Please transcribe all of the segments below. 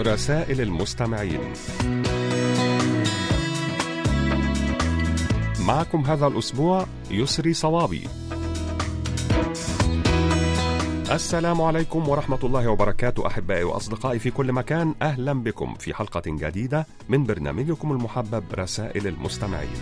رسائل المستمعين. معكم هذا الأسبوع يسري صوابي. السلام عليكم ورحمة الله وبركاته أحبائي وأصدقائي في كل مكان، أهلا بكم في حلقة جديدة من برنامجكم المحبب رسائل المستمعين.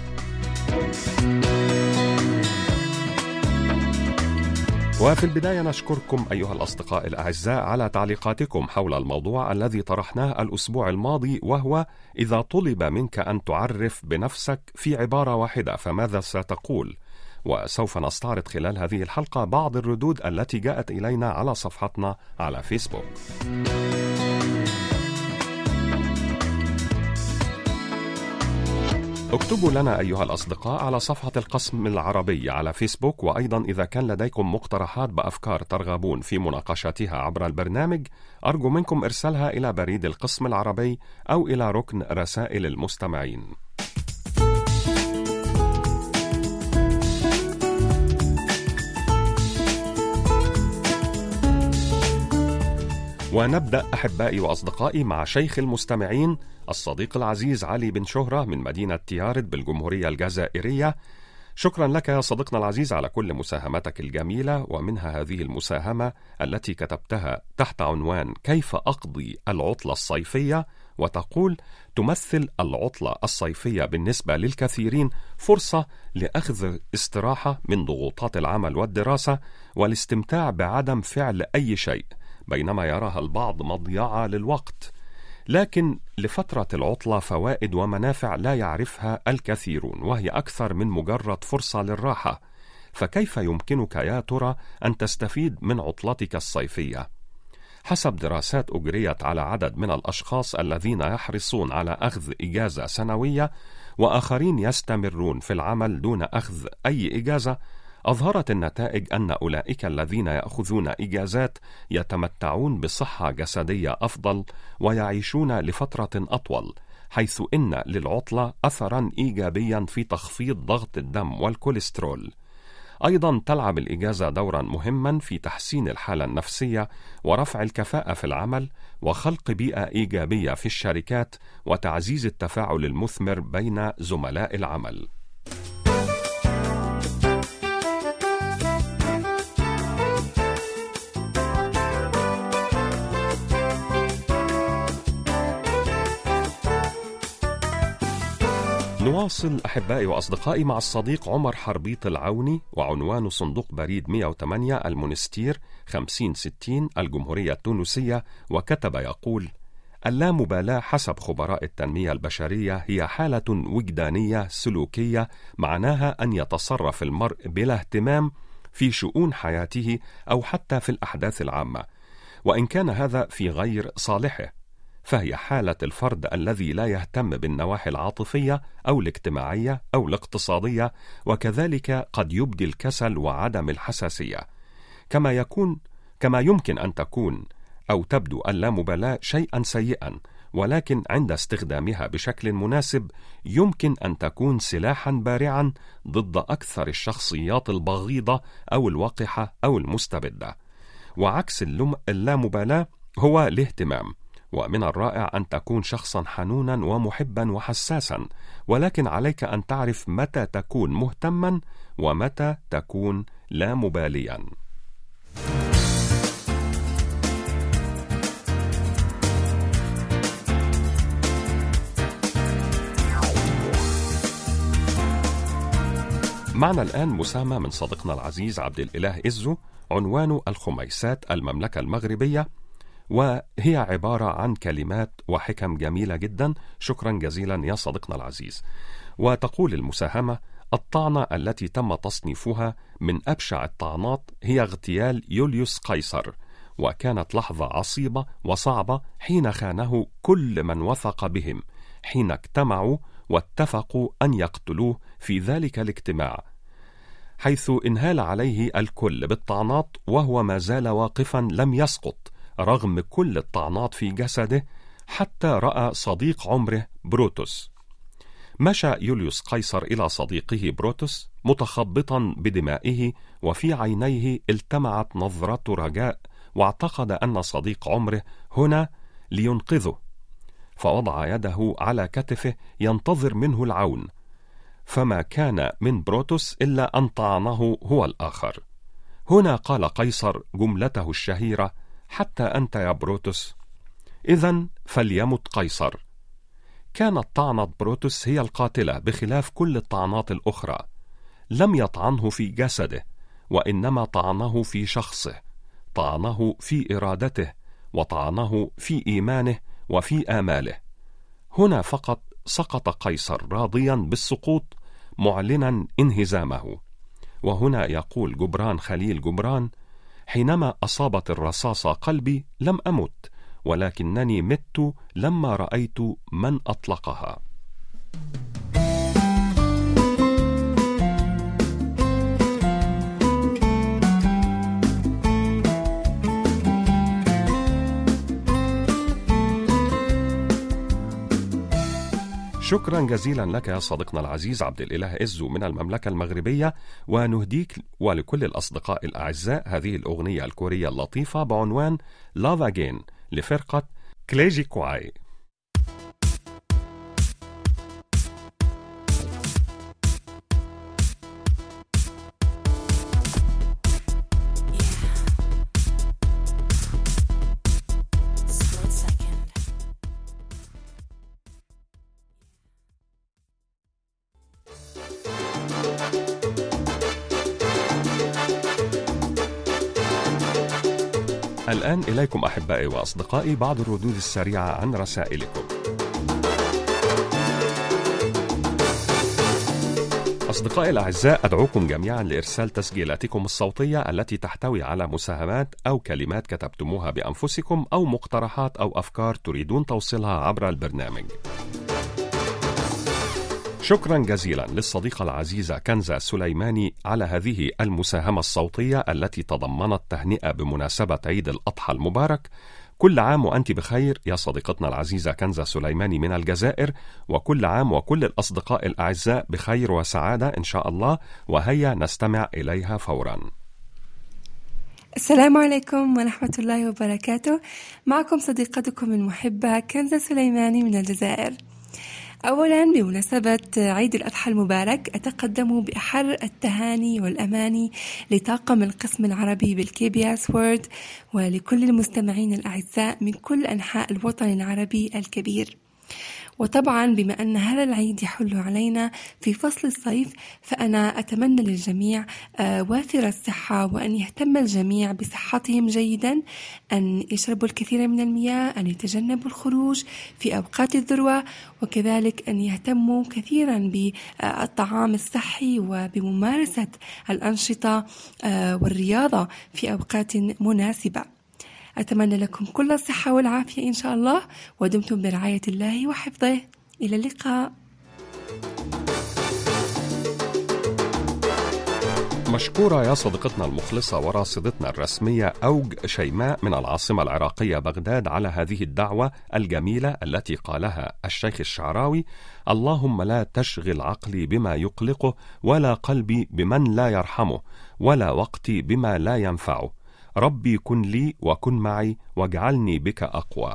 وفي البداية نشكركم أيها الأصدقاء الأعزاء على تعليقاتكم حول الموضوع الذي طرحناه الأسبوع الماضي، وهو إذا طلب منك أن تعرف بنفسك في عبارة واحدة فماذا ستقول؟ وسوف نستعرض خلال هذه الحلقة بعض الردود التي جاءت إلينا على صفحتنا على فيسبوك. اكتبوا لنا أيها الأصدقاء على صفحة القسم العربي على فيسبوك، وأيضا إذا كان لديكم مقترحات بأفكار ترغبون في مناقشتها عبر البرنامج أرجو منكم إرسالها إلى بريد القسم العربي أو إلى ركن رسائل المستمعين. ونبدأ أحبائي وأصدقائي مع شيخ المستمعين الصديق العزيز علي بن شهرة من مدينة تيارد بالجمهورية الجزائرية. شكرا لك يا صديقنا العزيز على كل مساهمتك الجميلة، ومنها هذه المساهمة التي كتبتها تحت عنوان كيف أقضي العطلة الصيفية، وتقول: تمثل العطلة الصيفية بالنسبة للكثيرين فرصة لأخذ استراحة من ضغوطات العمل والدراسة والاستمتاع بعدم فعل أي شيء، بينما يراها البعض مضيعة للوقت. لكن لفترة العطلة فوائد ومنافع لا يعرفها الكثيرون، وهي أكثر من مجرد فرصة للراحة. فكيف يمكنك يا ترى أن تستفيد من عطلتك الصيفية؟ حسب دراسات أجريت على عدد من الأشخاص الذين يحرصون على أخذ إجازة سنوية وآخرين يستمرون في العمل دون أخذ أي إجازة، أظهرت النتائج أن أولئك الذين يأخذون إجازات يتمتعون بصحة جسدية أفضل ويعيشون لفترة أطول، حيث إن للعطلة أثرا إيجابيا في تخفيض ضغط الدم والكوليسترول. أيضا تلعب الإجازة دورا مهما في تحسين الحالة النفسية ورفع الكفاءة في العمل وخلق بيئة إيجابية في الشركات وتعزيز التفاعل المثمر بين زملاء العمل. نواصل أحبائي وأصدقائي مع الصديق عمر حربيط العوني، وعنوان صندوق بريد 108 المونستير 5060 الجمهورية التونسية، وكتب يقول: اللامبالاة حسب خبراء التنمية البشرية هي حالة وجدانية سلوكية معناها أن يتصرف المرء بلا اهتمام في شؤون حياته أو حتى في الأحداث العامة، وإن كان هذا في غير صالحه، فهي حالة الفرد الذي لا يهتم بالنواحي العاطفية أو الاجتماعية أو الاقتصادية، وكذلك قد يبدي الكسل وعدم الحساسية. كما يمكن أن تكون أو تبدو اللامبالاة شيئا سيئا، ولكن عند استخدامها بشكل مناسب يمكن أن تكون سلاحا بارعا ضد أكثر الشخصيات البغيضة أو الوقحة أو المستبدة. وعكس اللامبالاة هو الاهتمام، ومن الرائع أن تكون شخصا حنونا ومحبا وحساسا، ولكن عليك أن تعرف متى تكون مهتما ومتى تكون لا مباليا. معنا الآن مساهمة من صديقنا العزيز عبد الإله إزو، عنوان الخميسات المملكة المغربية، وهي عبارة عن كلمات وحكم جميلة جدا. شكرا جزيلا يا صديقنا العزيز. وتقول المساهمة: الطعنة التي تم تصنيفها من أبشع الطعنات هي اغتيال يوليوس قيصر، وكانت لحظة عصيبة وصعبة حين خانه كل من وثق بهم، حين اجتمعوا واتفقوا أن يقتلوه في ذلك الاجتماع، حيث انهال عليه الكل بالطعنات وهو ما زال واقفا لم يسقط رغم كل الطعنات في جسده، حتى رأى صديق عمره بروتوس. مشى يوليوس قيصر إلى صديقه بروتوس متخبطا بدمائه، وفي عينيه التمعت نظرة رجاء، واعتقد أن صديق عمره هنا لينقذه فوضع يده على كتفه ينتظر منه العون، فما كان من بروتوس إلا أن طعنه هو الآخر. هنا قال قيصر جملته الشهيرة: حتى أنت يا بروتوس، إذن فليمت قيصر. كانت طعنة بروتوس هي القاتلة بخلاف كل الطعنات الأخرى. لم يطعنه في جسده، وإنما طعنه في شخصه، طعنه في إرادته، وطعنه في إيمانه وفي آماله. هنا فقط سقط قيصر راضيا بالسقوط معلنا انهزامه. وهنا يقول جبران خليل جبران: حينما أصابت الرصاصة قلبي لم أمت، ولكنني مت لما رأيت من أطلقها. شكرا جزيلا لك يا صديقنا العزيز عبد الإله إزو من المملكة المغربية، ونهديك ولكل الأصدقاء الأعزاء هذه الأغنية الكورية اللطيفة بعنوان Love Again لفرقة كليجي كواي. الآن إليكم أحبائي وأصدقائي بعض الردود السريعة عن رسائلكم. أصدقائي الأعزاء، أدعوكم جميعا لإرسال تسجيلاتكم الصوتية التي تحتوي على مساهمات أو كلمات كتبتموها بأنفسكم أو مقترحات أو أفكار تريدون توصيلها عبر البرنامج. شكرا جزيلا للصديقة العزيزة كنزة سليماني على هذه المساهمة الصوتية التي تضمنت تهنئة بمناسبة عيد الأضحى المبارك. كل عام وأنت بخير يا صديقتنا العزيزة كنزة سليماني من الجزائر، وكل عام وكل الأصدقاء الأعزاء بخير وسعادة إن شاء الله، وهيا نستمع إليها فورا. السلام عليكم ورحمة الله وبركاته. معكم صديقتكم المحبة كنزة سليماني من الجزائر. أولا بمناسبة عيد الأضحى المبارك أتقدم بأحر التهاني والأماني لطاقم القسم العربي بالKBS World ولكل المستمعين الأعزاء من كل أنحاء الوطن العربي الكبير. وطبعا بما أن هذا العيد يحل علينا في فصل الصيف، فأنا أتمنى للجميع وافر الصحة، وأن يهتم الجميع بصحتهم جيدا، أن يشربوا الكثير من المياه، أن يتجنبوا الخروج في أوقات الذروة، وكذلك أن يهتموا كثيرا بالطعام الصحي وبممارسة الأنشطة والرياضة في أوقات مناسبة. أتمنى لكم كل الصحة والعافية إن شاء الله، ودمتم برعاية الله وحفظه. إلى اللقاء. مشكورة يا صديقتنا المخلصة وراصدتنا الرسمية أوج شيماء من العاصمة العراقية بغداد على هذه الدعوة الجميلة التي قالها الشيخ الشعراوي: اللهم لا تشغل عقلي بما يقلقه، ولا قلبي بمن لا يرحمه، ولا وقتي بما لا ينفعه. ربي كن لي وكن معي واجعلني بك أقوى.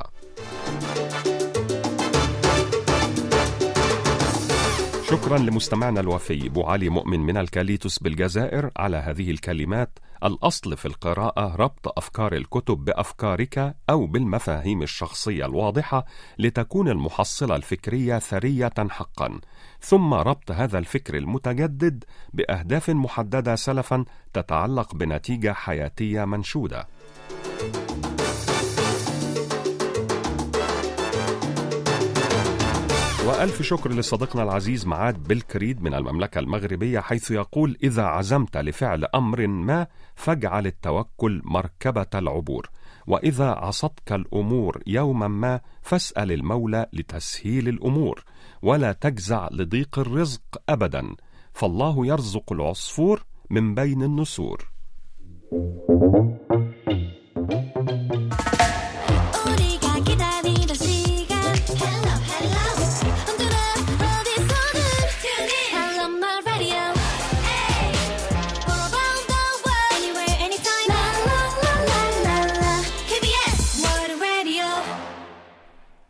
شكرا لمستمعنا الوفي بو علي مؤمن من الكاليتوس بالجزائر على هذه الكلمات: الأصل في القراءة ربط أفكار الكتب بأفكارك أو بالمفاهيم الشخصية الواضحة لتكون المحصلة الفكرية ثرية حقا، ثم ربط هذا الفكر المتجدد بأهداف محددة سلفا تتعلق بنتيجة حياتية منشودة. وألف شكر لصديقنا العزيز معاد بالكريد من المملكة المغربية، حيث يقول: إذا عزمت لفعل أمر ما فاجعل التوكل مركبة العبور، وإذا عصتك الأمور يوما ما فاسأل المولى لتسهيل الأمور، ولا تجزع لضيق الرزق أبدا، فالله يرزق العصفور من بين النسور.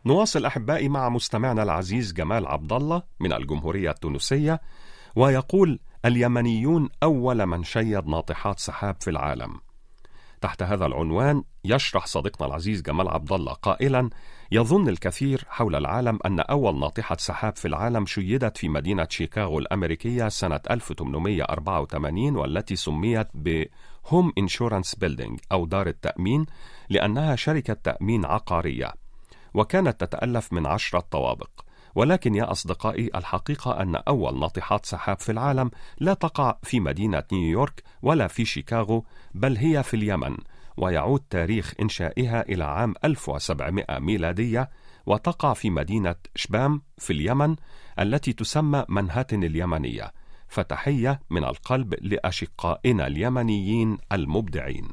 نواصل أحبائي مع مستمعنا العزيز جمال عبد الله من الجمهورية التونسية، ويقول: اليمنيون أول من شيد ناطحات سحاب في العالم. تحت هذا العنوان يشرح صديقنا العزيز جمال عبد الله قائلا: يظن الكثير حول العالم أن أول ناطحة سحاب في العالم شيدت في مدينة شيكاغو الأمريكية سنة 1884، والتي سميت بهوم إنشورنس بيلدينج أو دار التأمين، لأنها شركة تأمين عقارية، وكانت تتألف من 10 طوابق. ولكن يا أصدقائي، الحقيقة أن أول ناطحات سحاب في العالم لا تقع في مدينة نيويورك ولا في شيكاغو، بل هي في اليمن، ويعود تاريخ إنشائها إلى عام 1700 ميلادية، وتقع في مدينة شبام في اليمن التي تسمى منهاتن اليمنية. فتحية من القلب لأشقائنا اليمنيين المبدعين.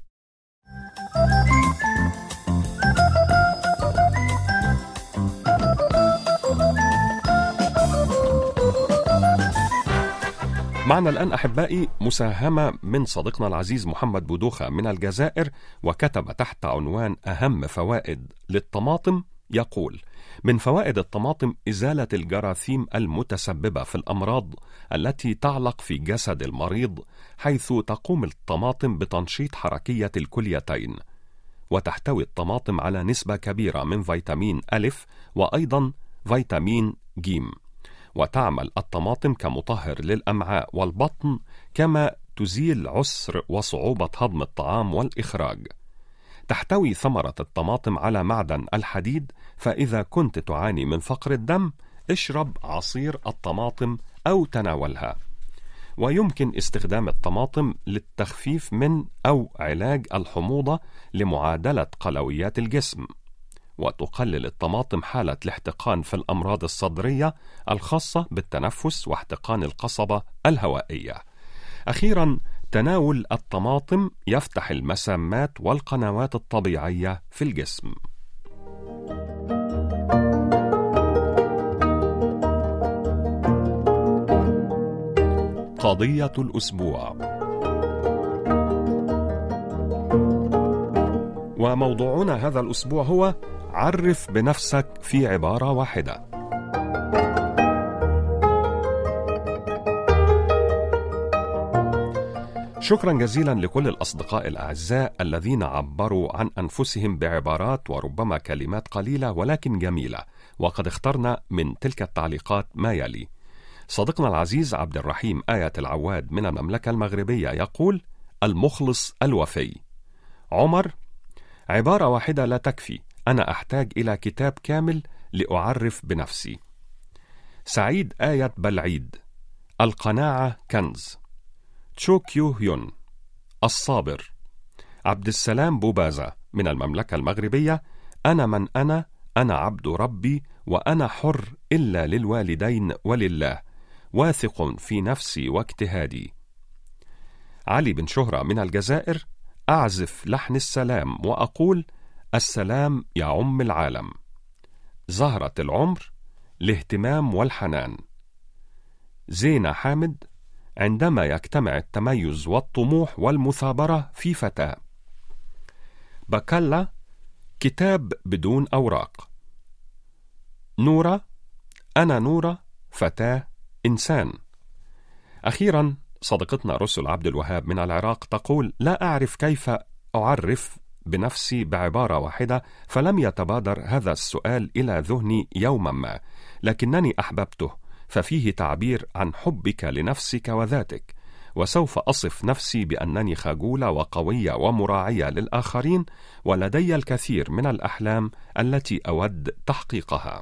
معنا الآن أحبائي مساهمة من صديقنا العزيز محمد بودوخة من الجزائر، وكتب تحت عنوان أهم فوائد للطماطم. يقول: من فوائد الطماطم إزالة الجراثيم المتسببة في الأمراض التي تعلق في جسد المريض، حيث تقوم الطماطم بتنشيط حركية الكليتين. وتحتوي الطماطم على نسبة كبيرة من فيتامين ألف وأيضا فيتامين جيم. وتعمل الطماطم كمطهر للأمعاء والبطن، كما تزيل عسر وصعوبة هضم الطعام والإخراج. تحتوي ثمرة الطماطم على معدن الحديد، فإذا كنت تعاني من فقر الدم اشرب عصير الطماطم أو تناولها. ويمكن استخدام الطماطم للتخفيف من أو علاج الحموضة لمعادلة قلويات الجسم. وتقلل الطماطم حالة الاحتقان في الأمراض الصدرية الخاصة بالتنفس واحتقان القصبة الهوائية. أخيرا، تناول الطماطم يفتح المسامات والقنوات الطبيعية في الجسم. قضية الأسبوع. وموضوعنا هذا الأسبوع هو: عرف بنفسك في عبارة واحدة. شكرا جزيلا لكل الأصدقاء الأعزاء الذين عبروا عن أنفسهم بعبارات وربما كلمات قليلة ولكن جميلة، وقد اخترنا من تلك التعليقات ما يلي. صديقنا العزيز عبد الرحيم آية العواد من المملكة المغربية يقول: المخلص الوفي. عمر: عبارة واحدة لا تكفي، أنا أحتاج إلى كتاب كامل لأعرف بنفسي. سعيد آية بلعيد: القناعة كنز. تشو كيو هيون: الصابر. عبد السلام بوبازة من المملكة المغربية: أنا من أنا عبد ربي، وأنا حر إلا للوالدين ولله، واثق في نفسي واجتهادي. علي بن شهرة من الجزائر: أعزف لحن السلام وأقول: السلام يعم العالم. زهرة العمر: الاهتمام والحنان. زينة حامد: عندما يجتمع التميز والطموح والمثابرة في فتاة. بكلا: كتاب بدون أوراق. نورة: أنا نورة، فتاة، إنسان. أخيرا، صديقتنا رسل عبد الوهاب من العراق تقول: لا أعرف كيف أعرف بنفسي بعبارة واحدة، فلم يتبادر هذا السؤال إلى ذهني يوما ما، لكنني أحببته، ففيه تعبير عن حبك لنفسك وذاتك. وسوف أصف نفسي بأنني خجولة وقوية ومراعية للآخرين، ولدي الكثير من الأحلام التي أود تحقيقها.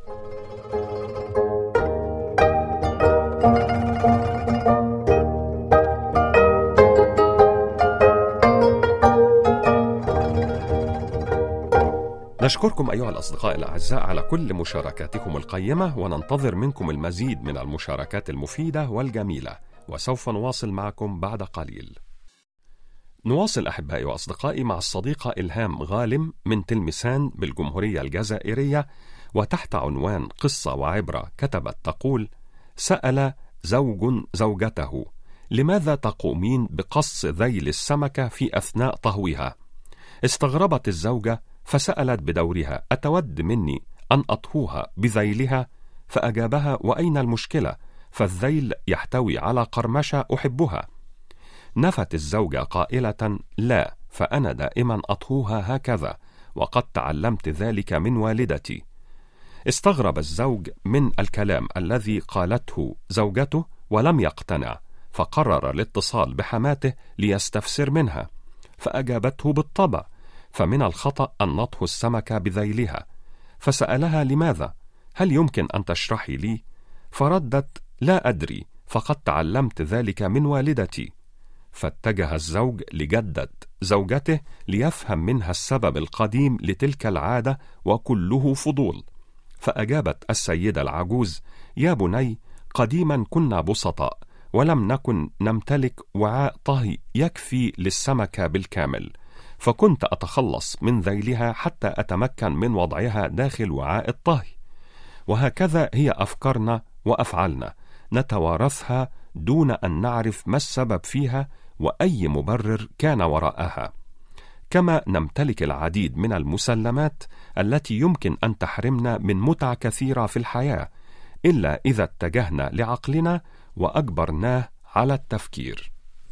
نشكركم أيها الأصدقاء الأعزاء على كل مشاركاتكم القيمة، وننتظر منكم المزيد من المشاركات المفيدة والجميلة، وسوف نواصل معكم بعد قليل. نواصل أحبائي وأصدقائي مع الصديقة إلهام غالم من تلمسان بالجمهورية الجزائرية، وتحت عنوان قصة وعبرة كتبت تقول: سأل زوج زوجته: لماذا تقومين بقص ذيل السمكة في أثناء طهوها؟ استغربت الزوجة فسألت بدورها: أتود مني أن أطهوها بذيلها؟ فأجابها: وأين المشكلة؟ فالذيل يحتوي على قرمشة أحبها. نفت الزوجة قائلة: لا، فأنا دائما أطهوها هكذا، وقد تعلمت ذلك من والدتي. استغرب الزوج من الكلام الذي قالته زوجته ولم يقتنع، فقرر الاتصال بحماته ليستفسر منها، فأجابته: بالطبع، فمن الخطأ أن نطهو السمكة بذيلها. فسألها: لماذا؟ هل يمكن أن تشرحي لي؟ فردت: لا أدري، فقد تعلمت ذلك من والدتي. فاتجه الزوج لجدة زوجته ليفهم منها السبب القديم لتلك العادة، وكله فضول. فأجابت السيدة العجوز: يا بني، قديما كنا بسطاء، ولم نكن نمتلك وعاء طهي يكفي للسمكة بالكامل، فكنت أتخلص من ذيلها حتى أتمكن من وضعها داخل وعاء الطهي. وهكذا هي أفكارنا وأفعالنا، نتوارثها دون أن نعرف ما السبب فيها وأي مبرر كان وراءها. كما نمتلك العديد من المسلمات التي يمكن أن تحرمنا من متع كثيرة في الحياة، إلا إذا اتجهنا لعقلنا وأجبرناه على التفكير.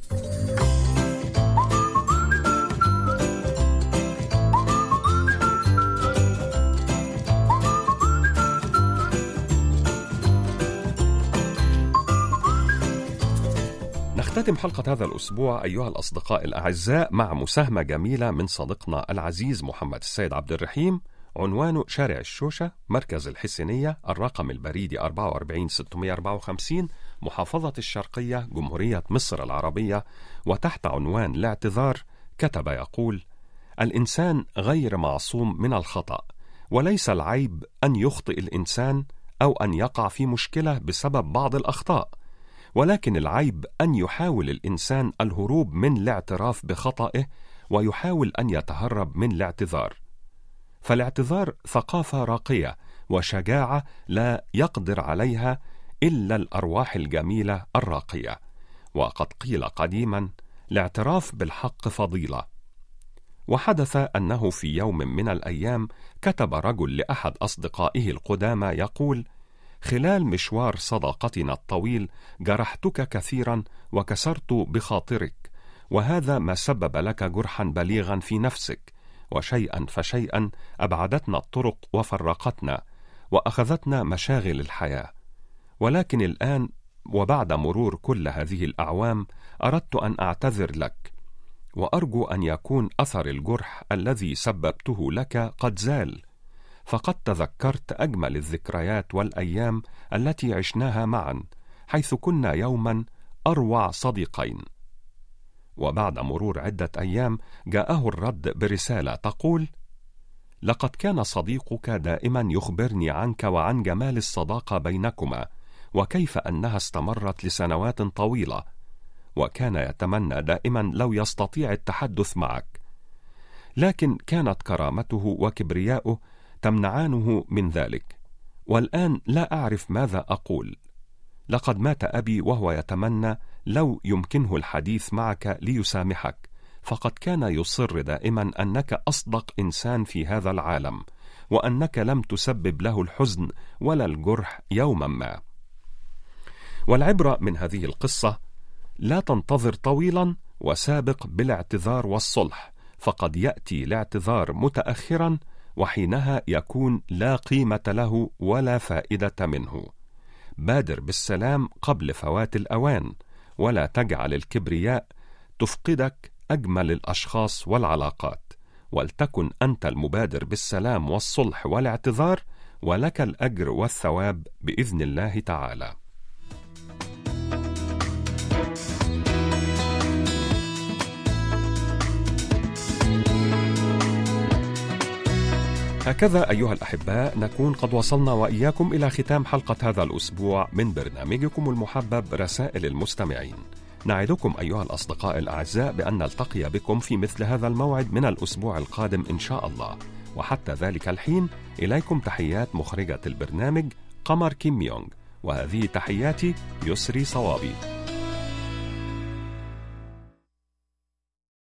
نختتم حلقة هذا الأسبوع أيها الأصدقاء الأعزاء مع مساهمة جميلة من صديقنا العزيز محمد السيد عبد الرحيم، عنوانه شارع الشوشة، مركز الحسينية، الرقم البريدي 44654، محافظة الشرقية، جمهورية مصر العربية. وتحت عنوان الاعتذار كتب يقول: الإنسان غير معصوم من الخطأ، وليس العيب أن يخطئ الإنسان أو أن يقع في مشكلة بسبب بعض الأخطاء، ولكن العيب أن يحاول الإنسان الهروب من الاعتراف بخطئه ويحاول أن يتهرب من الاعتذار. فالاعتذار ثقافة راقية وشجاعة لا يقدر عليها إلا الأرواح الجميلة الراقية. وقد قيل قديما: الاعتراف بالحق فضيلة. وحدث أنه في يوم من الأيام كتب رجل لأحد أصدقائه القدامى يقول: خلال مشوار صداقتنا الطويل جرحتك كثيرا وكسرت بخاطرك، وهذا ما سبب لك جرحا بليغا في نفسك، وشيئا فشيئا أبعدتنا الطرق وفرقتنا وأخذتنا مشاغل الحياة. ولكن الآن وبعد مرور كل هذه الأعوام أردت أن أعتذر لك، وأرجو أن يكون أثر الجرح الذي سببته لك قد زال، فقد تذكرت أجمل الذكريات والأيام التي عشناها معا، حيث كنا يوما أروع صديقين. وبعد مرور عدة أيام جاءه الرد برسالة تقول: لقد كان صديقك دائما يخبرني عنك وعن جمال الصداقة بينكما، وكيف أنها استمرت لسنوات طويلة، وكان يتمنى دائما لو يستطيع التحدث معك، لكن كانت كرامته وكبرياؤه تمنعانه من ذلك، والآن لا أعرف ماذا أقول. لقد مات أبي وهو يتمنى لو يمكنه الحديث معك ليسامحك، فقد كان يصر دائما أنك أصدق إنسان في هذا العالم، وأنك لم تسبب له الحزن ولا الجرح يوما ما. والعبرة من هذه القصة: لا تنتظر طويلا وسابق بالاعتذار والصلح، فقد يأتي الاعتذار متأخرا، وحينها يكون لا قيمة له ولا فائدة منه. بادر بالسلام قبل فوات الأوان، ولا تجعل الكبرياء تفقدك أجمل الأشخاص والعلاقات، ولتكن أنت المبادر بالسلام والصلح والاعتذار، ولك الأجر والثواب بإذن الله تعالى. هكذا أيها الأحباء نكون قد وصلنا وإياكم إلى ختام حلقة هذا الأسبوع من برنامجكم المحبب رسائل المستمعين. نعدكم أيها الأصدقاء الأعزاء بأن نلتقي بكم في مثل هذا الموعد من الأسبوع القادم إن شاء الله، وحتى ذلك الحين إليكم تحيات مخرجة البرنامج قمر كيم يونغ، وهذه تحياتي يسري صوابي.